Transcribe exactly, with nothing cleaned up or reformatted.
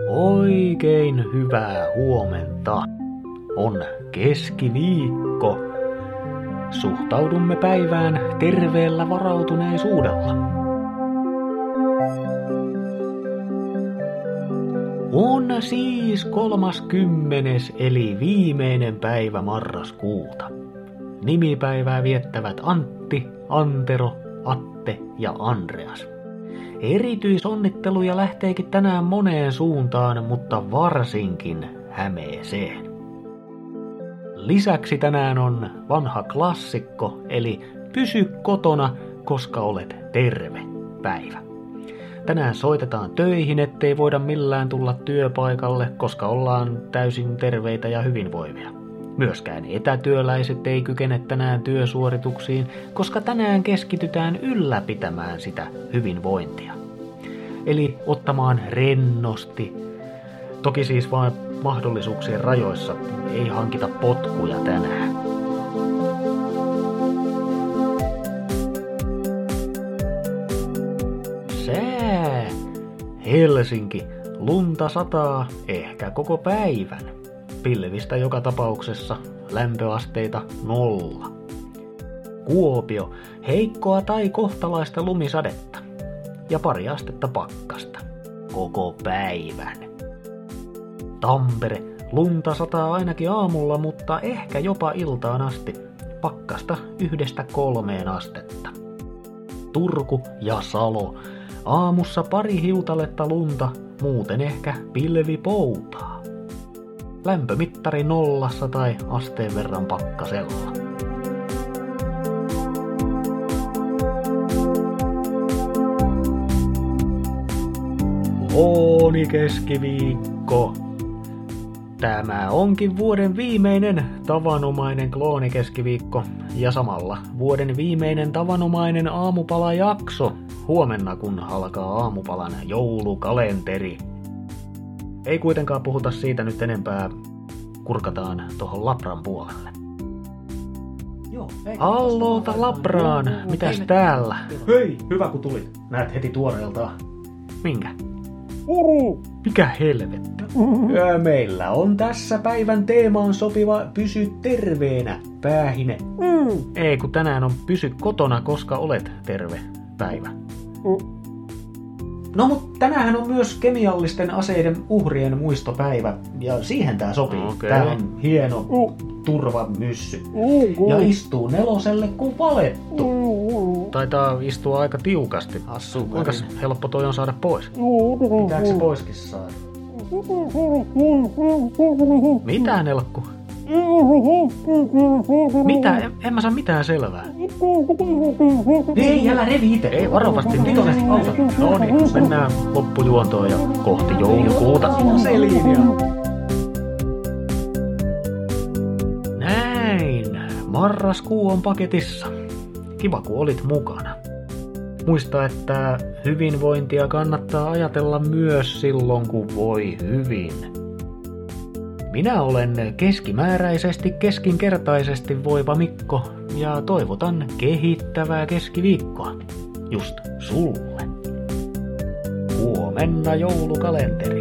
Oikein hyvää huomenta. On keskiviikko. Suhtaudumme päivään terveellä varautuneisuudella. On siis kolmaskymmenes eli viimeinen päivä marraskuuta. Nimipäivää viettävät Antti, Antero, Atte ja Andreas. Erityisonnitteluja lähteekin tänään moneen suuntaan, mutta varsinkin Hämeeseen. Lisäksi tänään on vanha klassikko, eli pysy kotona, koska olet terve päivä. Tänään soitetaan töihin, ettei voida millään tulla työpaikalle, koska ollaan täysin terveitä ja hyvinvoivia. Myöskään etätyöläiset ei kykene tänään työsuorituksiin, koska tänään keskitytään ylläpitämään sitä hyvinvointia. Eli ottamaan rennosti. Toki siis vain mahdollisuuksien rajoissa, ei hankita potkuja tänään. Sää. Helsinki. Lunta sataa, ehkä koko päivän. Pilvistä joka tapauksessa, lämpöasteita nolla. Kuopio, heikkoa tai kohtalaista lumisadetta. Ja pari astetta pakkasta. Koko päivän. Tampere, lunta sataa ainakin aamulla, mutta ehkä jopa iltaan asti. Pakkasta yhdestä kolmeen astetta. Turku ja Salo, aamussa pari hiutaletta lunta, muuten ehkä pilvipoutaa. Lämpömittari nollassa tai asteen verran pakkasella. Klooni keskiviikko. Tämä onkin vuoden viimeinen tavanomainen klooni keskiviikko ja samalla vuoden viimeinen tavanomainen aamupalajakso. Huomenna kun alkaa aamupalan joulukalenteri. Ei kuitenkaan puhuta siitä nyt enempää, kurkataan tohon Labran puolelle. Halloota Labraan, mitäs täällä? Hei, hyvä kun tulit. Näet heti tuoreeltaan. Minkä? Mikä helvettä? Ja meillä on tässä päivän teemaan sopiva pysy terveenä päähine. Ei kun tänään on pysy kotona, koska olet terve päivä. No mut tänäänhän on myös kemiallisten aseiden uhrien muistopäivä, ja siihen tää sopii. Okay. Tää on hieno turvamyssy. Ja istuu neloselle kuin valettu. Taitaa istua aika tiukasti. Assu, kuinka helppo toi on saada pois? Pitääkö se poiskin saada? Mitä nelkku? Mitä? En, en mä saa mitään selvää. Ei, älä revi ite. Ei, varovasti. Vitonen, auta. No niin, mennään loppujuontoon ja kohti joulukuuta. Se linja. Näin. Marraskuu on paketissa. Kiva, kun olit mukana. Muista, että hyvinvointia kannattaa ajatella myös silloin, kun voi hyvin. Minä olen keskimääräisesti keskinkertaisesti voiva Mikko ja toivotan kehittävää keskiviikkoa just sulle. Huomenna joulukalenteri.